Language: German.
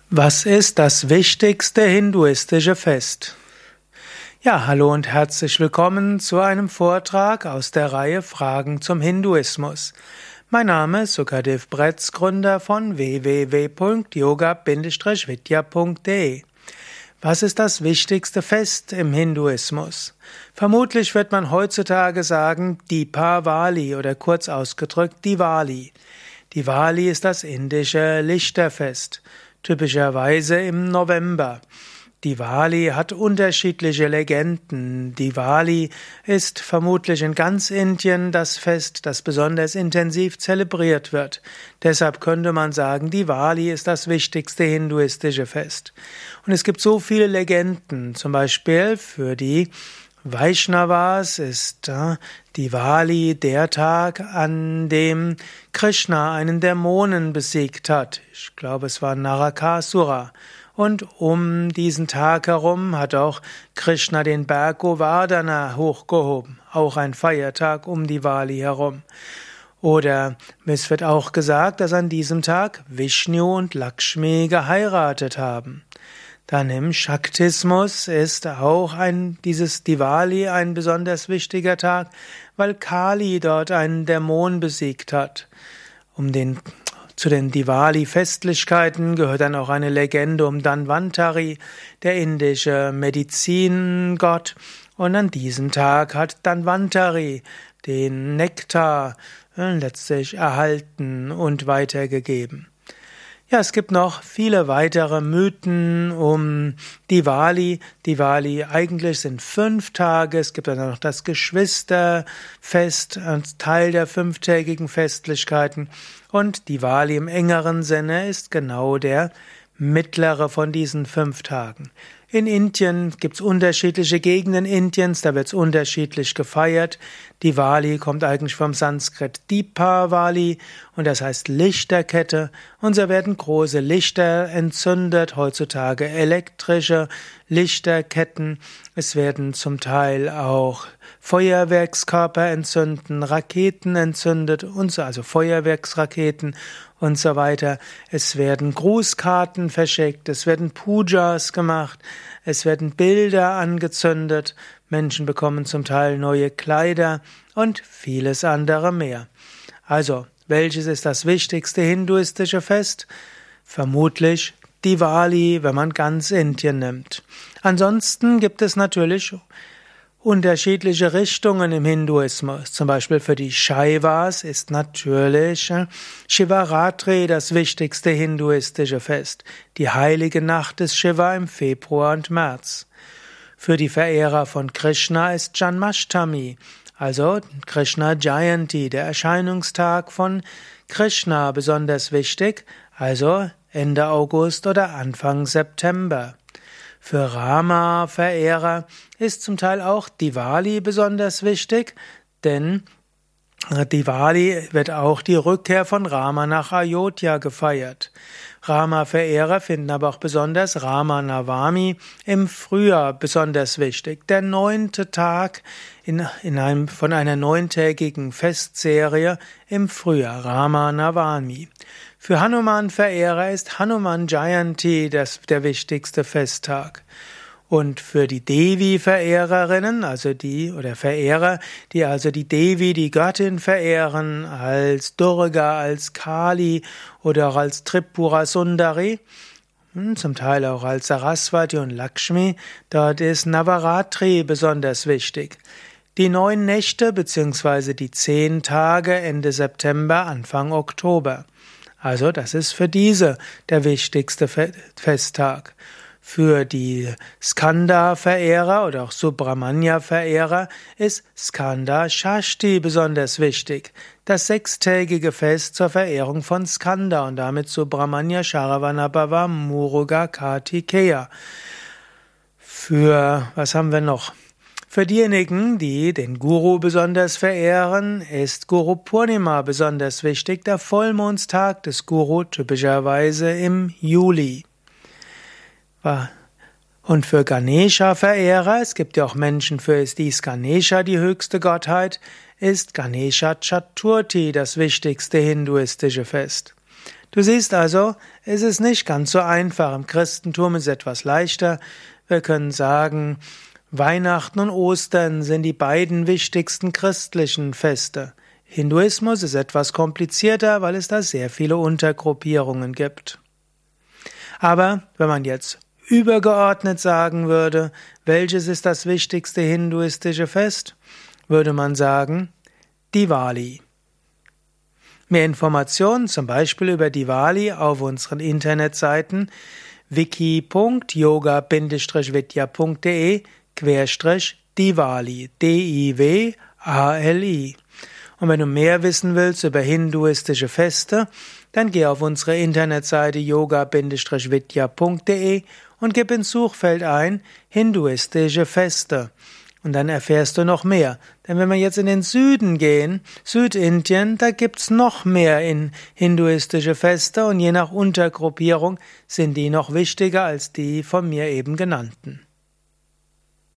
Was ist das wichtigste hinduistische Fest? Ja, hallo und herzlich willkommen zu einem Vortrag aus der Reihe Fragen zum Hinduismus. Mein Name ist Sukadev Bretz, Gründer von www.yoga-vidya.de. Was ist das wichtigste Fest im Hinduismus? Vermutlich wird man heutzutage sagen Deepavali oder kurz ausgedrückt Diwali. Diwali ist das indische Lichterfest, typischerweise im November. Diwali hat unterschiedliche Legenden. Diwali ist vermutlich in ganz Indien das Fest, das besonders intensiv zelebriert wird. Deshalb könnte man sagen, Diwali ist das wichtigste hinduistische Fest. Und es gibt so viele Legenden, zum Beispiel für die Vaishnavas ist Diwali der Tag, an dem Krishna einen Dämonen besiegt hat. Ich glaube, es war Narakasura. Und um diesen Tag herum hat auch Krishna den Berg Govardhana hochgehoben. Auch ein Feiertag um Diwali herum. Oder es wird auch gesagt, dass an diesem Tag Vishnu und Lakshmi geheiratet haben. Dann im Shaktismus ist auch dieses Diwali ein besonders wichtiger Tag, weil Kali dort einen Dämon besiegt hat. Zu den Diwali-Festlichkeiten gehört dann auch eine Legende um Dhanvantari, der indische Medizingott. Und an diesem Tag hat Dhanvantari den Nektar letztlich erhalten und weitergegeben. Ja, es gibt noch viele weitere Mythen um Diwali. Diwali eigentlich sind 5 Tage. Es gibt dann noch das Geschwisterfest als Teil der 5-tägigen Festlichkeiten. Und Diwali im engeren Sinne ist genau der mittlere von diesen 5 Tagen. In Indien gibt's unterschiedliche Gegenden Indiens, da wird's unterschiedlich gefeiert. Diwali kommt eigentlich vom Sanskrit Deepavali und das heißt Lichterkette. Und so werden große Lichter entzündet, heutzutage elektrische Lichterketten. Es werden zum Teil auch Feuerwerkskörper entzünden, Raketen entzündet und so, also Feuerwerksraketen und so weiter. Es werden Grußkarten verschickt, es werden Pujas gemacht, es werden Bilder angezündet, Menschen bekommen zum Teil neue Kleider und vieles andere mehr. Also, welches ist das wichtigste hinduistische Fest? Vermutlich Diwali, wenn man ganz Indien nimmt. Ansonsten gibt es natürlich unterschiedliche Richtungen im Hinduismus. Zum Beispiel für die Shaivas ist natürlich Shivaratri das wichtigste hinduistische Fest, die heilige Nacht des Shiva im Februar und März. Für die Verehrer von Krishna ist Janmashtami, also Krishna Jayanti, der Erscheinungstag von Krishna, besonders wichtig, also Ende August oder Anfang September. Für Rama-Verehrer ist zum Teil auch Diwali besonders wichtig, denn Diwali wird auch die Rückkehr von Rama nach Ayodhya gefeiert. Rama-Verehrer finden aber auch besonders Rama Navami im Frühjahr besonders wichtig, der 9. Tag von einer 9-tägigen Festserie im Frühjahr, Rama Navami. Für Hanuman-Verehrer ist Hanuman Jayanti der wichtigste Festtag. Und für die Devi-Verehrerinnen, Verehrer, die also die Devi, die Göttin verehren, als Durga, als Kali oder auch als Tripura Sundari, zum Teil auch als Saraswati und Lakshmi, dort ist Navaratri besonders wichtig. Die 9 Nächte bzw. die 10 Tage Ende September, Anfang Oktober. Also das ist für diese der wichtigste Festtag. Für die Skanda-Verehrer oder auch Subramanya-Verehrer ist Skanda Shashti besonders wichtig, das 6-tägige Fest zur Verehrung von Skanda und damit Subramanya Sharavanabhava Muruga Kartikeya. Was haben wir noch? Für diejenigen, die den Guru besonders verehren, ist Guru Purnima besonders wichtig, der Vollmondstag des Guru, typischerweise im Juli. Und für Ganesha-Verehrer, es gibt ja auch Menschen, für die ist Ganesha die höchste Gottheit, ist Ganesha Chaturthi das wichtigste hinduistische Fest. Du siehst also, es ist nicht ganz so einfach. Im Christentum ist es etwas leichter. Wir können sagen, Weihnachten und Ostern sind die beiden wichtigsten christlichen Feste. Hinduismus ist etwas komplizierter, weil es da sehr viele Untergruppierungen gibt. Aber wenn man jetzt übergeordnet sagen würde, welches ist das wichtigste hinduistische Fest, würde man sagen, Diwali. Mehr Informationen zum Beispiel über Diwali auf unseren Internetseiten wiki.yoga-vidya.de/Diwali, Diwali. Und wenn du mehr wissen willst über hinduistische Feste, dann geh auf unsere Internetseite yoga-vidya.de und gib ins Suchfeld ein hinduistische Feste. Und dann erfährst du noch mehr. Denn wenn wir jetzt in den Süden gehen, Südindien, da gibt's noch mehr in hinduistische Feste und je nach Untergruppierung sind die noch wichtiger als die von mir eben genannten.